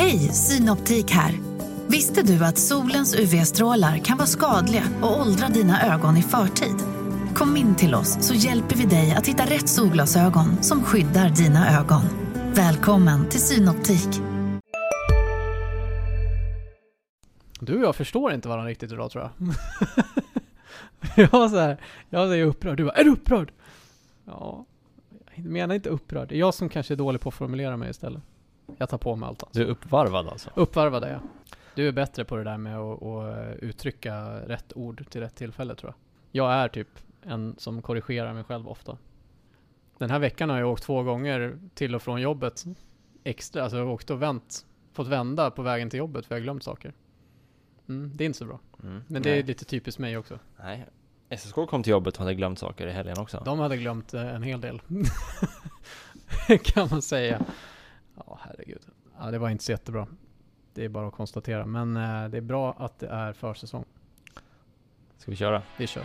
Hej, Synoptik här. Visste du att solens UV-strålar kan vara skadliga och åldra dina ögon i förtid? Kom in till oss så hjälper vi dig att hitta rätt solglasögon som skyddar dina ögon. Välkommen till Synoptik. Du och jag förstår inte varandra riktigt idag, tror jag. Jag är upprörd. Du bara, är du upprörd? Ja, jag menar inte upprörd. Det är jag som kanske är dålig på att formulera mig istället. Jag tar på mig allt. Alltså. Du är uppvarvad alltså? Uppvarvad är jag. Du är bättre på det där med att uttrycka rätt ord till rätt tillfälle, tror jag. Jag är typ en som korrigerar mig själv ofta. Den här veckan har jag åkt 2 gånger till och från jobbet extra. Alltså jag har åkt och fått vända på vägen till jobbet för jag har glömt saker. Det är inte så bra. Men det är lite typiskt mig också. Nej. SSK kom till jobbet och hade glömt saker i helgen också. De hade glömt en hel del. Kan man säga. Ja, herregud. Ja, det var inte så jättebra. Det är bara att konstatera. Men det är bra att det är försäsong. Ska vi köra? Vi kör.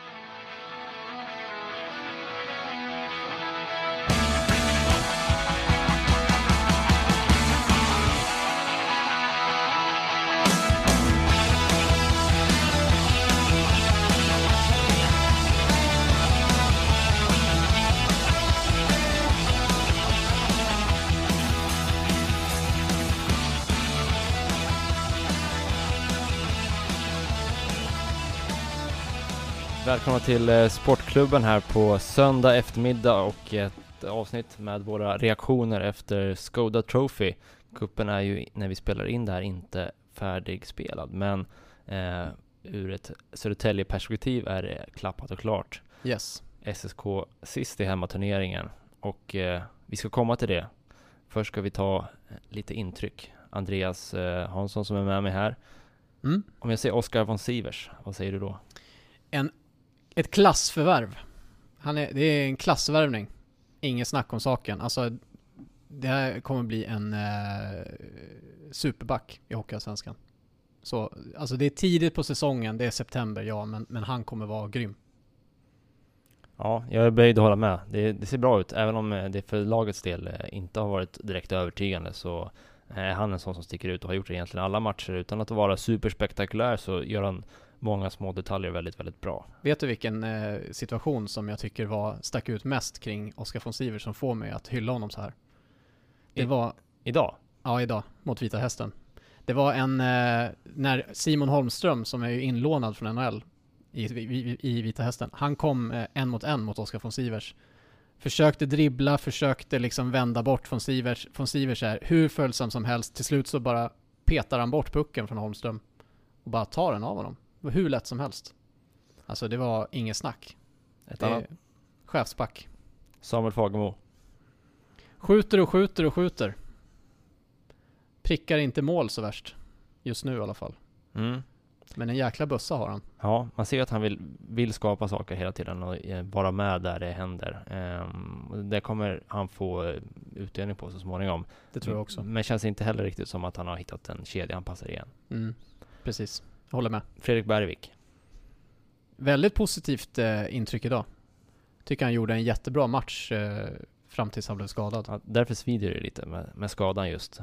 Välkomna till Sportklubben här på söndag eftermiddag och ett avsnitt med våra reaktioner efter Skoda Trophy. Kuppen är ju när vi spelar in det här inte färdigspelad, men ur ett Södertälje-perspektiv är det klappat och klart. Yes. SSK sist i hemmaturneringen och vi ska komma till det. Först ska vi ta lite intryck. Andreas Hansson som är med mig här. Om jag säger Oskar von Sivers, vad säger du då? Ett klassförvärv. Det är en klassvärvning. Inget snack om saken. Alltså, det här kommer bli en superback i Hockeyallsvenskan. Så, alltså det är tidigt på säsongen. Det är september, ja. Men han kommer vara grym. Ja, jag är böjd att hålla med. Det ser bra ut. Även om det för lagets del inte har varit direkt övertygande, så är han en sån som sticker ut och har gjort det egentligen alla matcher. Utan att vara superspektakulär så gör han många små detaljer väldigt, väldigt bra. Vet du vilken situation som jag tycker stack ut mest kring Oskar von Sivers som får mig att hylla honom så här? Det var... Idag? Ja, idag. Mot Vita Hästen. Det var när Simon Holmström, som är ju inlånad från NHL i Vita Hästen, han kom 1-mot-1 mot Oskar von Sivers. Försökte dribbla, försökte liksom vända bort von Sivers. Von Sivers är hur följsam som helst. Till slut så bara petar han bort pucken från Holmström och bara tar den av honom. Det var hur lätt som helst. Alltså det var inget snack. Ett annat chefsback. Samuel Fagemo. Skjuter och skjuter och skjuter. Prickar inte mål så värst. Just nu i alla fall. Men en jäkla bössa har han. Ja, man ser att han vill skapa saker hela tiden och vara med där det händer. Det kommer han få utdelning på så småningom. Det tror jag också. Men känns inte heller riktigt som att han har hittat en kedja han passar igen. Precis. Jag håller med. Fredrik Bergvik. Väldigt positivt intryck idag. Tycker han gjorde en jättebra match fram tills han blev skadad. Ja, därför svider det lite med skadan just.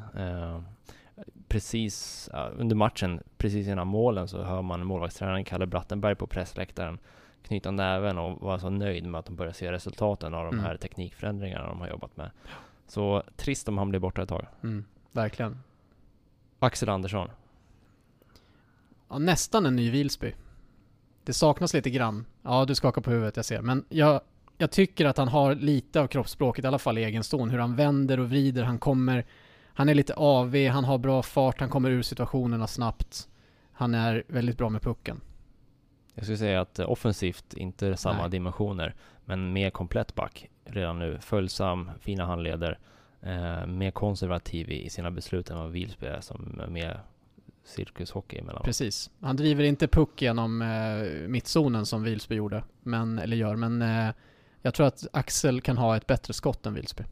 Precis under matchen, precis innan målen, så hör man målvaktstränaren Kalle Brattenberg på pressläktaren knyta näven och vara så nöjd med att de börjar se resultaten av de här teknikförändringarna de har jobbat med. Så trist om han blir borta ett tag. Verkligen. Axel Andersson. Ja, nästan en ny Vilsby. Det saknas lite grann. Ja, du skakar på huvudet, jag ser. Men jag tycker att han har lite av kroppsspråket, i alla fall i egen ston. Hur han vänder och vrider. Han är lite AV, han har bra fart, han kommer ur situationerna snabbt. Han är väldigt bra med pucken. Jag skulle säga att offensivt inte samma dimensioner, men mer komplett back redan nu. Följsam, fina handleder, mer konservativ i sina beslut än vad Vilsby är, som är mer cirkushockey emellan. Precis. Han driver inte puck genom mittzonen som Vilsby gjorde, men jag tror att Axel kan ha ett bättre skott än Vilsby.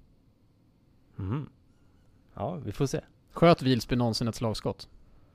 Ja, vi får se. Sköt Vilsby någonsin ett slagskott?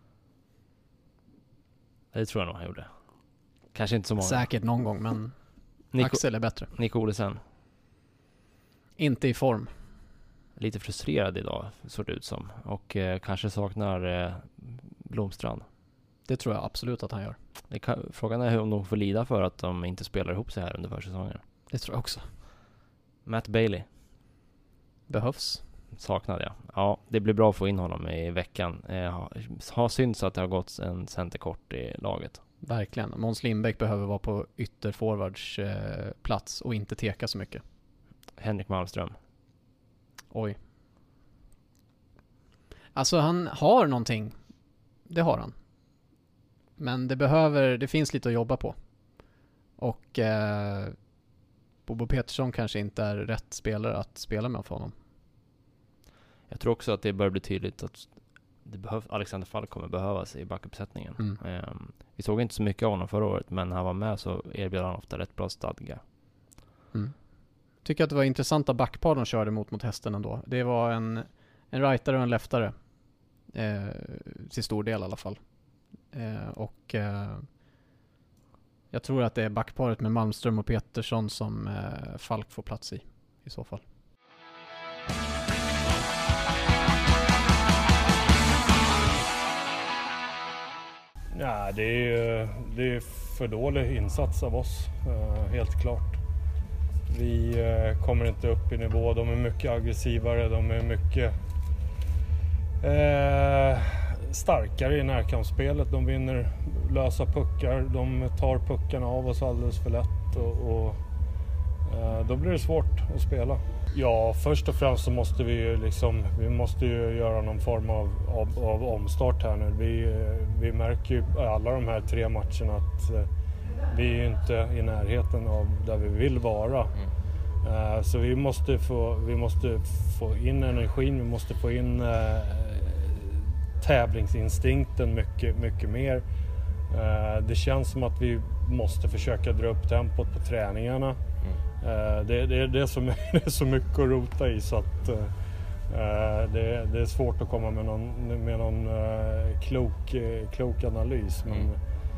Det tror jag nog han gjorde. Kanske inte så många. Säkert någon gång, men Axel är bättre. Nico Olesen. Inte i form. lite frustrerad idag, såg det ut som. Och kanske saknar Blomstrand. Det tror jag absolut att han gör. Frågan är om de får lida för att de inte spelar ihop sig här under försäsongen. Det tror jag också. Matt Bailey. Behövs. Saknade jag. Ja, det blir bra att få in honom i veckan. Har synts att det har gått en centerkort i laget. Verkligen. Måns Lindbäck behöver vara på ytterforwards plats och inte teka så mycket. Henrik Malmström. Oj. Alltså han har någonting. Det har han. Men det finns lite att jobba på. Och Bobo Petersson kanske inte är rätt spelare att spela med för honom. Jag tror också att det börjar bli tydligt att Alexander Falk kommer behövas i backuppsättningen. Vi såg inte så mycket av honom förra året, men när han var med så erbjöd han ofta rätt bra stadga. Tycker att det var intressanta backpar de körde mot hästen ändå. Det var en rightare och en leftare. Till stor del i alla fall. Jag tror att det är backparet med Malmström och Petersson som Falk får plats i så fall. Ja, det är för dålig insats av oss, helt klart. Vi kommer inte upp i nivå. De är mycket aggressivare, de är mycket starkare i närkampsspelet. De vinner lösa puckar, de tar puckarna av oss alldeles för lätt och då blir det svårt att spela. Ja, först och främst så måste vi måste ju göra någon form av omstart här nu. Vi märker ju i alla de här 3 matcherna att vi är inte i närheten av där vi vill vara. Så vi måste få in energin, vi måste få in tävlingsinstinkten mycket mer. Det känns som att vi måste försöka dra upp tempot på träningarna. Det är så mycket att rota i så att det är svårt att komma med någon klok analys. Men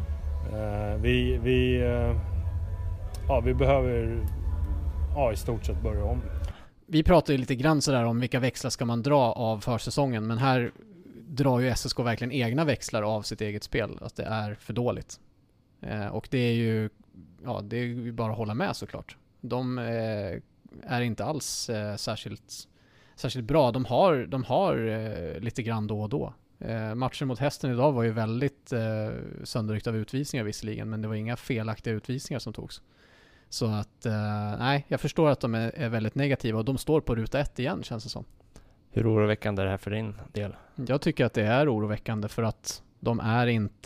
vi behöver i stort sett börja om. Vi pratar ju lite grann sådär om vilka växlar ska man dra av försäsongen, men här drar ju SSK verkligen egna växlar av sitt eget spel, att det är för dåligt. Och det är ju bara att hålla med såklart. De är inte alls särskilt bra. De har lite grann då och då. Matchen mot hästen idag var ju väldigt sönderryckt av utvisningar visserligen, men det var inga felaktiga utvisningar som togs. Så att, jag förstår att de är väldigt negativa och de står på ruta 1 igen, känns det som. Hur oroväckande är det här för din del? Jag tycker att det är oroväckande för att de har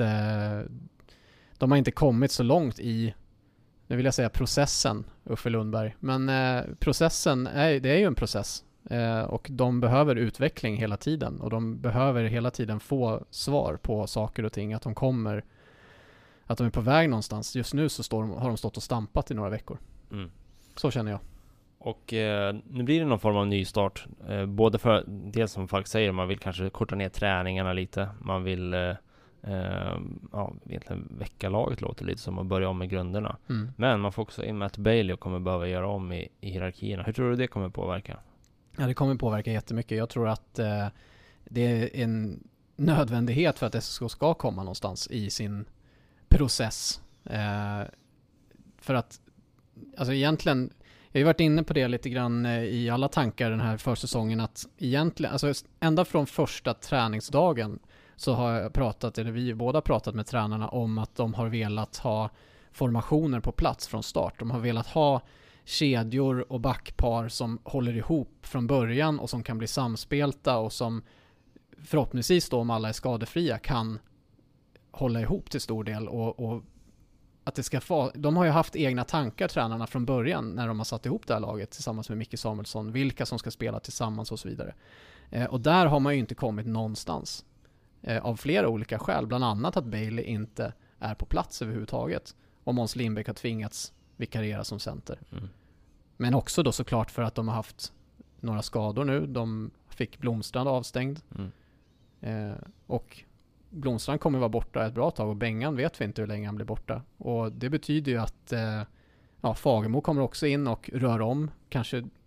inte kommit så långt i, nu vill jag säga processen, Uffe Lundberg. Men processen, det är ju en process. Och de behöver utveckling hela tiden. Och de behöver hela tiden få svar på saker och ting. Att de är på väg någonstans. Just nu så har de stått och stampat i några veckor. Så känner jag. Och nu blir det någon form av nystart. Både för det som folk säger, man vill kanske korta ner träningarna lite. Man vill egentligen väcka laget, låter lite som att börja om med grunderna. Men man får också in Matt Bailey och kommer behöva göra om i hierarkierna. Hur tror du det kommer påverka? Ja, det kommer påverka jättemycket. Jag tror att det är en nödvändighet för att SSK ska komma någonstans i sin process. För att alltså egentligen, jag har ju varit inne på det lite grann i alla tankar den här försäsongen, att egentligen, alltså ända från första träningsdagen så har vi båda pratat med tränarna om att de har velat ha formationer på plats från start. De har velat ha kedjor och backpar som håller ihop från början och som kan bli samspelta och som förhoppningsvis då, om alla är skadefria, kan hålla ihop till stor del och att det ska de har ju haft egna tankar, tränarna, från början när de har satt ihop det här laget tillsammans med Micke Samuelsson, vilka som ska spela tillsammans och så vidare. Och där har man ju inte kommit någonstans av flera olika skäl, bland annat att Bailey inte är på plats överhuvudtaget och Måns Lindbäck har tvingats vikariera som center. Men också då såklart för att de har haft några skador nu. De fick Blomstrand avstängd och Blomstrand kommer vara borta ett bra tag och Bengan vet vi inte hur länge han blir borta. Och det betyder ju att Fagemo kommer också in och rör om. Kanske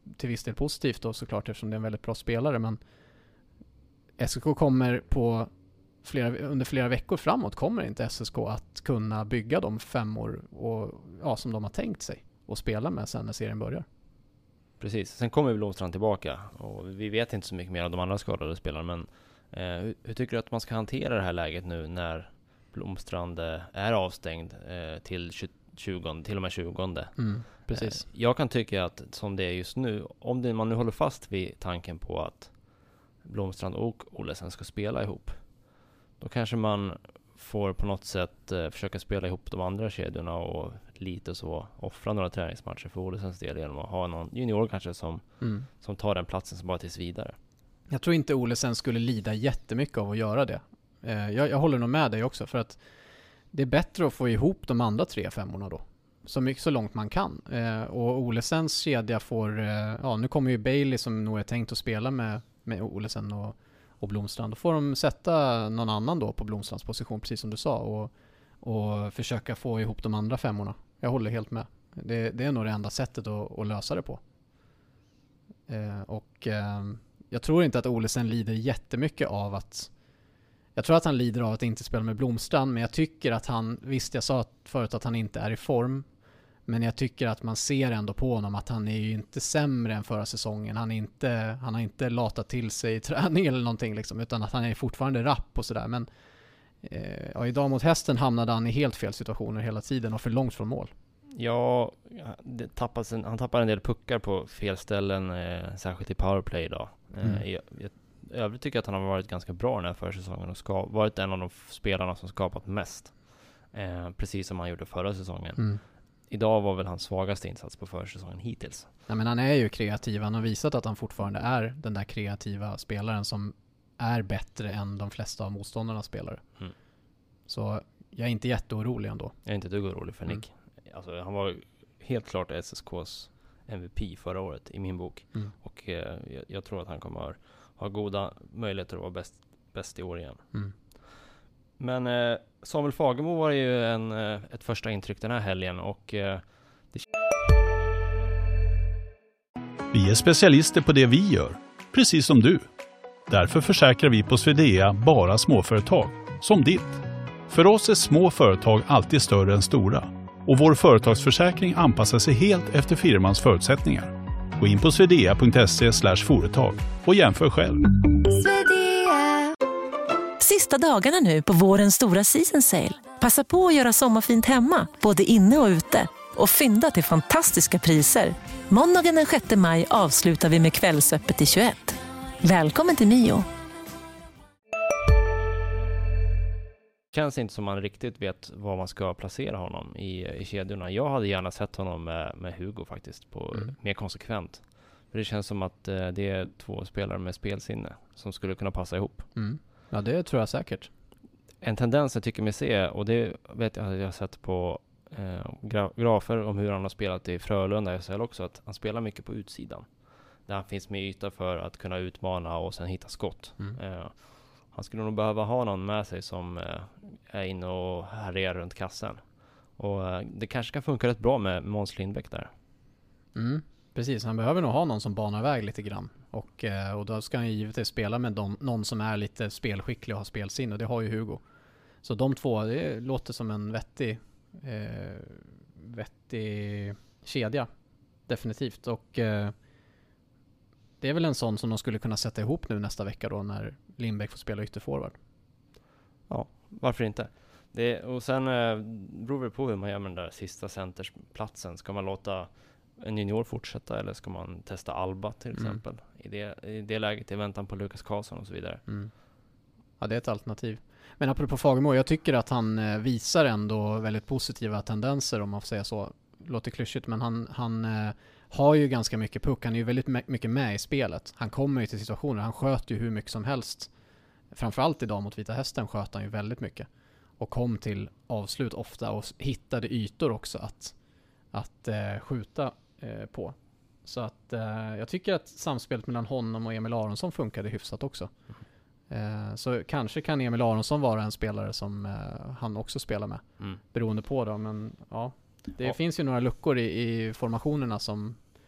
till viss del positivt då såklart, eftersom det är en väldigt bra spelare, men SSK kommer under flera veckor framåt kommer inte SSK att kunna bygga de 5-or som de har tänkt sig och spela med sen när serien börjar. Precis, sen kommer Blomstrand tillbaka och vi vet inte så mycket mer av de andra skadade spelarna, men hur tycker du att man ska hantera det här läget nu när Blomstrand är avstängd till och med 20? Precis. Jag kan tycka att som det är just nu, om man nu håller fast vid tanken på att Blomstrand och Olesen ska spela ihop, då kanske man får på något sätt försöka spela ihop de andra kedjorna och lite så offra några träningsmatcher för Olesens del genom att ha någon junior kanske som tar den platsen som bara tills vidare. Jag tror inte Olesen skulle lida jättemycket av att göra det. Jag håller nog med dig också, för att det är bättre att få ihop de andra 3-5orna då. Så långt man kan. Och Olesens kedja får... nu kommer ju Bailey som nog är tänkt att spela med Olesen och Blomstrand. Då får de sätta någon annan då på Blomstrands position, precis som du sa. Och försöka få ihop de andra 5orna. Jag håller helt med. Det är nog det enda sättet att lösa det på. Jag tror inte att Olesen lider jättemycket av att... Jag tror att han lider av att inte spela med Blomstrand, men jag tycker att visst, jag sa förut att han inte är i form, men jag tycker att man ser ändå på honom att han är ju inte sämre än förra säsongen. Han har inte latat till sig i träning eller någonting liksom, utan att han är fortfarande rapp och sådär. Men idag mot Hästen hamnade han i helt fel situationer hela tiden och för långt från mål. Ja, han tappar en del puckar på fel ställen, särskilt i powerplay idag. Jag övrigt tycker att han har varit ganska bra den här försäsongen och varit en av de spelarna som skapat mest. Precis som han gjorde förra säsongen. Idag var väl hans svagaste insats på försäsongen hittills. Ja, men han är ju kreativ. Han har visat att han fortfarande är den där kreativa spelaren som är bättre än de flesta av motståndarnas spelare. Så jag är inte jätteorolig ändå. Jag är inte dugg orolig för Nick. Alltså, han var helt klart SSKs MVP förra året i min bok. Och jag tror att han kommer ha goda möjligheter att vara bäst i år igen. Men Samuel Fagemo var ju ett första intryck den här helgen och Vi är specialister på det vi gör, precis som du. Därför försäkrar vi på Swedea bara småföretag, som ditt. För oss är små företag alltid större än stora. Och vår företagsförsäkring anpassar sig helt efter firmans förutsättningar. Gå in på swedea.se/företag och jämför själv. Sista dagarna nu på vårens stora season sale. Passa på att göra sommarfint hemma, både inne och ute. Och fynda till fantastiska priser. Måndagen den 6 maj avslutar vi med kvällsöppet i 21. Välkommen till Mio. Känns inte som man riktigt vet var man ska placera honom i kedjorna. Jag hade gärna sett honom med Hugo faktiskt på mer konsekvent. För det känns som att det är två spelare med spelsinne som skulle kunna passa ihop. Ja, det tror jag säkert. En tendens jag tycker mig se, och det vet jag har sett på grafer om hur han har spelat i Frölunda i SHL också, att han spelar mycket på utsidan. Där han finns med yta för att kunna utmana och sen hitta skott. Han skulle nog behöva ha någon med sig som är inne och härjar runt kassen. Och det kanske kan funka rätt bra med Måns Lindbäck där. Precis, han behöver nog ha någon som banar väg lite grann. Och då ska han givetvis spela med någon som är lite spelskicklig och har spelsinne. Och det har ju Hugo. Så de två, det låter som en vettig kedja. Definitivt. Och det är väl en sån som de skulle kunna sätta ihop nu nästa vecka då när Lindbäck får spela ytterforward. Ja, varför inte? Och sen beror det på hur man gör med den där sista centersplatsen. Ska man låta en junior fortsätta eller ska man testa Alba till exempel? I det läget i väntan på Lukas Karlsson och så vidare. Ja, det är ett alternativ. Men apropå Fagemo, jag tycker att han visar ändå väldigt positiva tendenser, om man får säga så. Låter klyschigt, men han har ju ganska mycket puck. Han är ju väldigt mycket med i spelet. Han kommer ju till situationer. Han sköt ju hur mycket som helst. Framförallt idag mot Vita Hästen sköt han ju väldigt mycket. Och kom till avslut ofta och hittade ytor också att skjuta på. Så att jag tycker att samspelet mellan honom och Emil Aronsson funkade hyfsat också. Så kanske kan Emil Aronsson vara en spelare som han också spelar med. Beroende på då, men ja. Det finns ju några luckor i formationerna som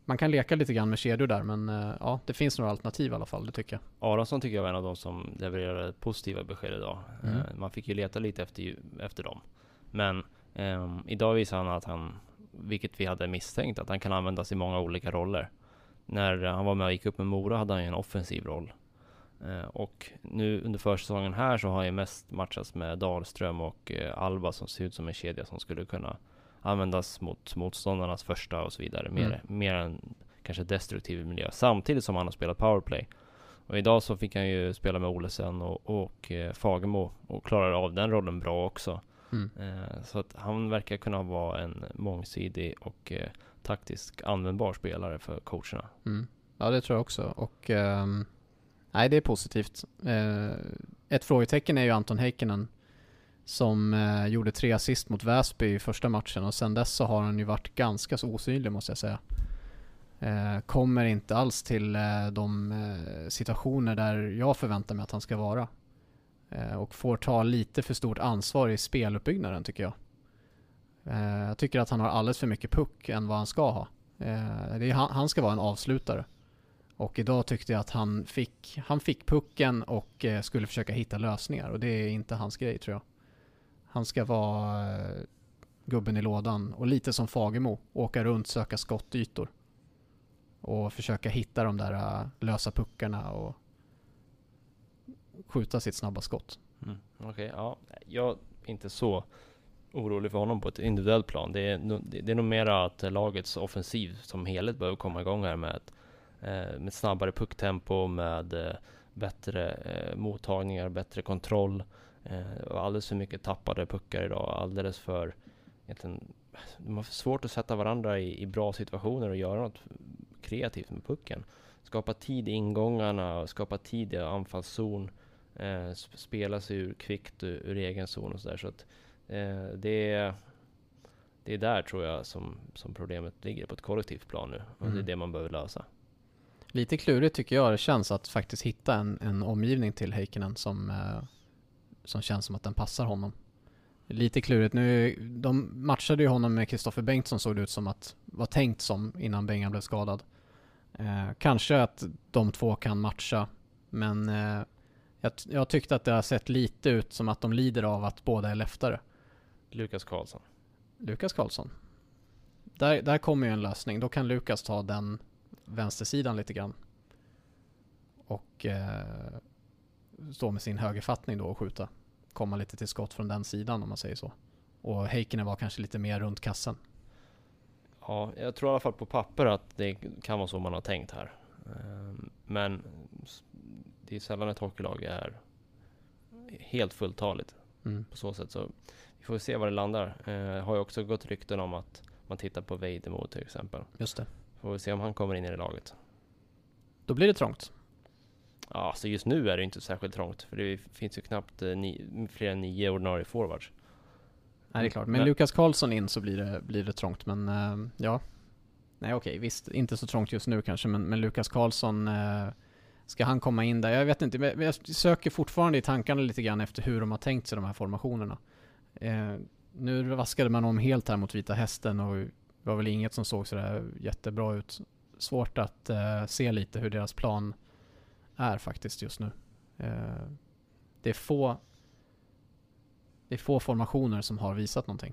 man kan leka lite grann med kedjor där, men ja, det finns några alternativ i alla fall, det tycker jag. Aronsson tycker jag var en av de som levererade positiva besked idag. Man fick ju leta lite efter dem. Men idag visar han att han, vilket vi hade misstänkt, att han kan användas i många olika roller. När han var med och gick upp med Mora hade han ju en offensiv roll. Och nu under försäsongen här så har han ju mest matchats med Dahlström och Alba som ser ut som en kedja som skulle kunna användas mot motståndarnas första och så vidare. Mer än kanske destruktiv miljö. Samtidigt som han har spelat powerplay. Och idag så fick han ju spela med Olesen och Fagemo och klarar av den rollen bra också. Så att han verkar kunna vara en mångsidig och taktisk användbar spelare för coacherna. Ja, det tror jag också. Och nej, det är positivt. Ett frågetecken är ju Anton Heikkinen som gjorde 3 assist mot Väsby i första matchen, och sen dess så har han ju varit ganska så osynlig, måste jag säga. Kommer inte alls till de situationer där jag förväntar mig att han ska vara. Och får ta lite för stort ansvar i speluppbyggnaden, tycker jag. Jag tycker att han har alldeles för mycket puck än vad han ska ha. Han ska vara en avslutare. Och idag tyckte jag att han fick pucken och skulle försöka hitta lösningar. Och det är inte hans grej, tror jag. Han ska vara gubben i lådan och lite som Fagemo. Åka runt, söka skottytor. Och försöka hitta de där lösa puckarna och skjuta sitt snabba skott. Okej, ja. Jag är inte så orolig för honom på ett individuellt plan. Det är nog mera att lagets offensiv som helhet behöver komma igång här med snabbare pucktempo, med bättre mottagningar, bättre kontroll. Och alldeles för mycket tappade puckar idag. Alldeles för egentligen, de har svårt att sätta varandra i bra situationer och göra något kreativt med pucken. Skapa tid i ingångarna, skapa tid i anfallszon, spela sig ur kvickt ur egen zon och sådär. Så att det är där, tror jag, som problemet ligger på ett kollektivt plan nu. Och det är det man behöver lösa. Lite klurigt tycker jag det känns att faktiskt hitta en omgivning till Heikkinen som känns som att den passar honom. Lite klurigt. De matchade ju honom med Kristoffer Bengtsson, såg det ut som att var tänkt som innan Bengan blev skadad. Kanske att de två kan matcha, men jag tyckte att det har sett lite ut som att de lider av att båda är leftare. Lukas Karlsson. Där kommer ju en lösning. Då kan Lukas ta den vänstersidan lite grann. Och stå med sin högerfattning då och skjuta. Komma lite till skott från den sidan, om man säger så. Och Heikkinen var kanske lite mer runt kassen. Ja, jag tror i alla fall på papper att det kan vara så man har tänkt här. Men det är sällan ett hockeylag är helt fulltaligt på så sätt. Så vi får se var det landar. Har ju också gått rykten om att man tittar på Vejdemo till exempel. Just det. Får vi se om han kommer in i det laget. Då blir det trångt. Ja, så just nu är det inte särskilt trångt. För det finns ju knappt fler än 9 ordinarie forwards. Nej, det är klart. Men Lukas Karlsson in så blir det trångt. Men ja. Nej, okej. Visst, inte så trångt just nu kanske. Men Lukas Karlsson, ska han komma in där? Jag vet inte. Men jag söker fortfarande i tankarna lite grann efter hur de har tänkt sig de här formationerna. Nu vaskade man om helt här mot Vita Hästen. Och det var väl inget som såg sådär jättebra ut. Svårt att se lite hur deras plan är faktiskt just nu. Det är få formationer som har visat någonting.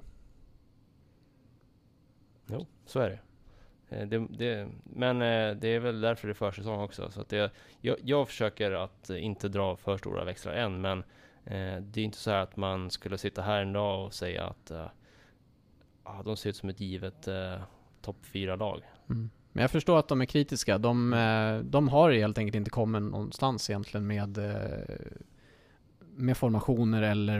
Jo, så är det. Men det är väl därför det är försäsong också. Så att jag försöker att inte dra för stora växlar än. Men det är inte så här att man skulle sitta här en dag och säga att de ser ut som ett givet topp 4-lag. Men jag förstår att de är kritiska. De har helt enkelt inte kommit någonstans egentligen med formationer eller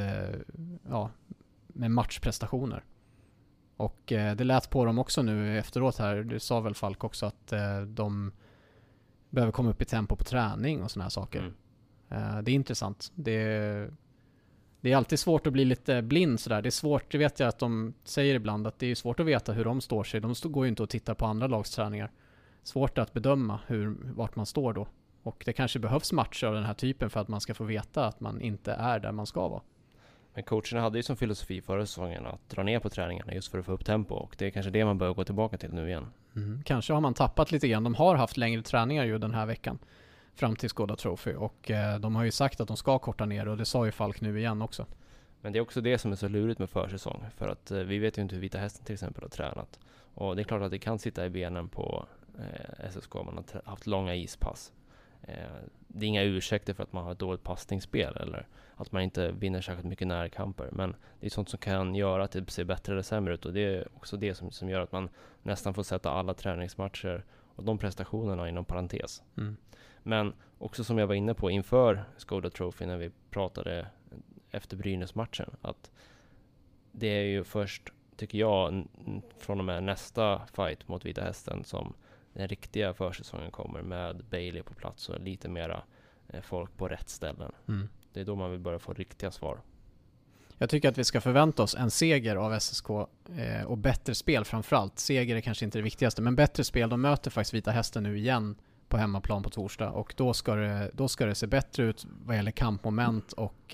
med matchprestationer. Och det lät på dem också nu efteråt här. Det sa väl Falk också att de behöver komma upp i tempo på träning och såna här saker. Det är intressant. Det är alltid svårt att bli lite blind sådär. Det är svårt, det vet jag att de säger ibland, att det är svårt att veta hur de står sig. De går ju inte att titta på andra lags träningar. Svårt att bedöma vart man står då. Och det kanske behövs matcher av den här typen för att man ska få veta att man inte är där man ska vara. Men coacherna hade ju som filosofi förra säsongen att dra ner på träningarna just för att få upp tempo. Och det är kanske det man behöver gå tillbaka till nu igen. Kanske har man tappat lite grann. De har haft längre träningar ju den här veckan fram till Skoda Trophy och de har ju sagt att de ska korta ner och det sa ju Falk nu igen också. Men det är också det som är så lurigt med försäsong, för att vi vet ju inte hur Vita Hästen till exempel har tränat. Och det är klart att det kan sitta i benen på SSK om man har haft långa ispass. Det är inga ursäkter för att man har ett dåligt passningsspel eller att man inte vinner särskilt mycket närkamper. Men det är sånt som kan göra att det ser bättre eller sämre ut. Och det är också det som gör att man nästan får sätta alla träningsmatcher och de prestationerna inom parentes. Men också som jag var inne på inför Skoda Trophy när vi pratade efter Brynäs-matchen, att det är ju först, tycker jag, från och med nästa fight mot Vita Hästen som den riktiga försäsongen kommer med Bailey på plats och lite mera folk på rätt ställen. Det är då man vill börja få riktiga svar. Jag tycker att vi ska förvänta oss en seger av SSK och bättre spel framförallt. Seger är kanske inte det viktigaste, men bättre spel. De möter faktiskt Vita Hästen nu igen på hemmaplan på torsdag och då ska det se bättre ut vad gäller kampmoment och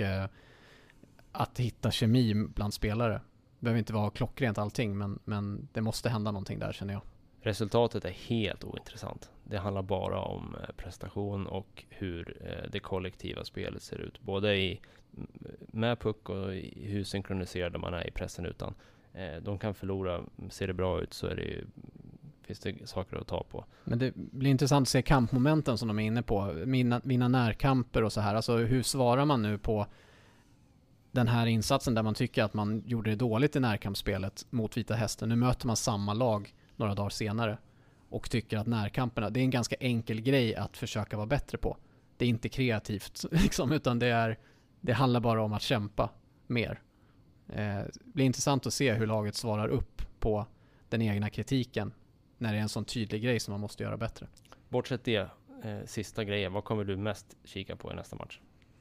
att hitta kemi bland spelare. Det behöver inte vara klockrent allting, men det måste hända någonting där, känner jag. Resultatet är helt ointressant. Det handlar bara om prestation och hur det kollektiva spelet ser ut. Både med puck och i hur synkroniserade man är i pressen utan. De kan förlora, ser det bra ut så är det finns det saker att ta på. Men det blir intressant att se kampmomenten som de är inne på. Mina närkamper och så här. Alltså hur svarar man nu på den här insatsen där man tycker att man gjorde det dåligt i närkampsspelet mot Vita Hästen. Nu möter man samma lag några dagar senare och tycker att närkamperna, det är en ganska enkel grej att försöka vara bättre på. Det är inte kreativt liksom, utan det handlar bara om att kämpa mer. Det blir intressant att se hur laget svarar upp på den egna kritiken när det är en sån tydlig grej som man måste göra bättre. Bortsett det, sista grejen, vad kommer du mest kika på i nästa match?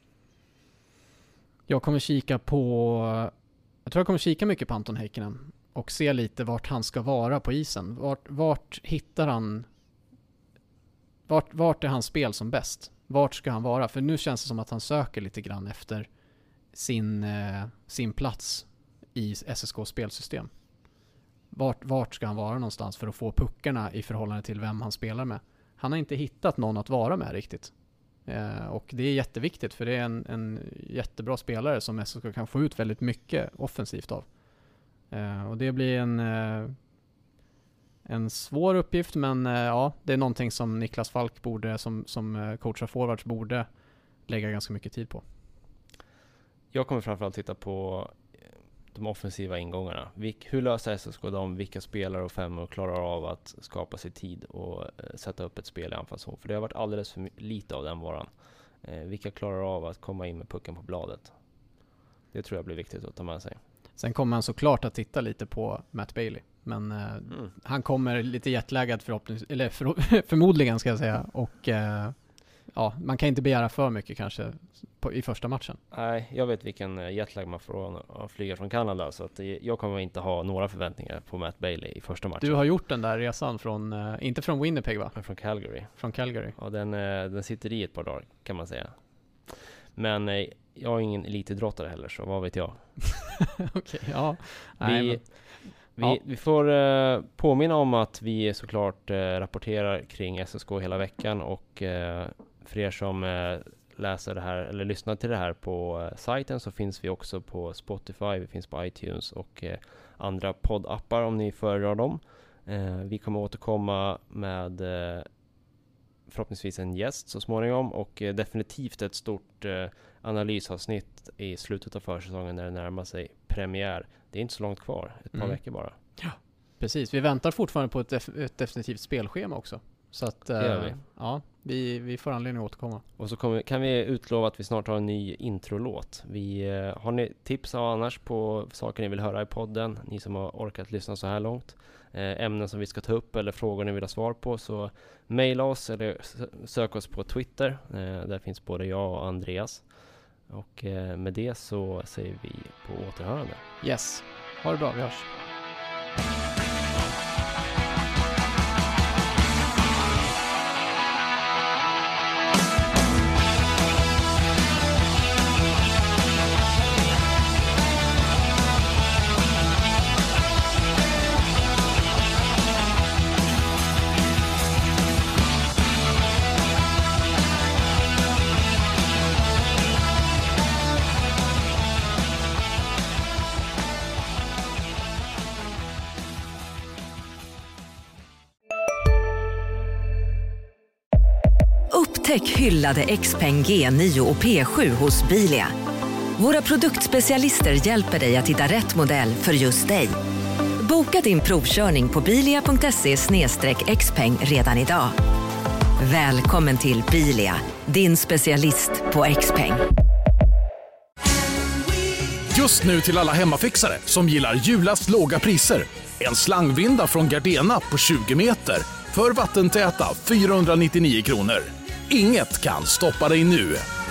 Jag kommer kika mycket på Anton Heikkinen och se lite vart han ska vara på isen. Vart hittar han, vart är hans spel som bäst? Vart ska han vara? För nu känns det som att han söker lite grann efter sin plats i SSKs spelsystem. Vart ska han vara någonstans för att få puckarna i förhållande till vem han spelar med? Han har inte hittat någon att vara med riktigt. Och det är jätteviktigt för det är en jättebra spelare som SSK kan få ut väldigt mycket offensivt av. Och det blir en svår uppgift, men ja, det är någonting som Niklas Falk borde, som coach av forwards borde lägga ganska mycket tid på. Jag kommer framförallt titta på de offensiva ingångarna. Hur löser SSK dem? Vilka spelare och femmor klarar av att skapa sig tid och sätta upp ett spel i anfallszon? För det har varit alldeles för lite av den varan. Vilka klarar av att komma in med pucken på bladet? Det tror jag blir viktigt att ta med sig. Sen kommer man såklart att titta lite på Matt Bailey. Men han kommer lite jetlaggad förmodligen ska jag säga. Och ja, man kan inte begära för mycket kanske i första matchen. Nej, jag vet vilken jetlag man får flyga från Kanada, så att jag kommer inte ha några förväntningar på Matt Bailey i första matchen. Du har gjort den där resan inte från Winnipeg va? Men från Calgary. Från Calgary. Ja, den sitter i ett par dagar kan man säga. Men jag är ingen elitidrottare heller, så vad vet jag. Okej, ja. Vi får påminna om att vi såklart rapporterar kring SSK hela veckan, och för er som läser det här eller lyssnar till det här på sajten så finns vi också på Spotify, vi finns på iTunes och andra poddappar om ni föredrar dem. Vi kommer återkomma med förhoppningsvis en gäst så småningom, och definitivt ett stort analysavsnitt i slutet av försäsongen när det närmar sig premiär. Det är inte så långt kvar, ett par veckor bara. Ja, precis. Vi väntar fortfarande på ett definitivt spelschema också. Så att, ja, vi får anledning att återkomma. Och så kan vi utlova att vi snart har en ny introlåt. Har ni tips annars på saker ni vill höra i podden, ni som har orkat lyssna så här långt, ämnen som vi ska ta upp eller frågor ni vill ha svar på, så mejla oss eller sök oss på Twitter. Där finns både jag och Andreas. Och med det så säger vi på återhörande. Yes, ha det bra, vi hörs. Upptäck hyllade XPeng G9 och P7 hos Bilia. Våra produktspecialister hjälper dig att hitta rätt modell för just dig. Boka din provkörning på bilia.se/xpeng redan idag. Välkommen till Bilia, din specialist på XPeng. Just nu till alla hemmafixare som gillar Julas låga priser. En slangvinda från Gardena på 20 meter för vattentäta 499 kronor. Inget kan stoppa dig nu.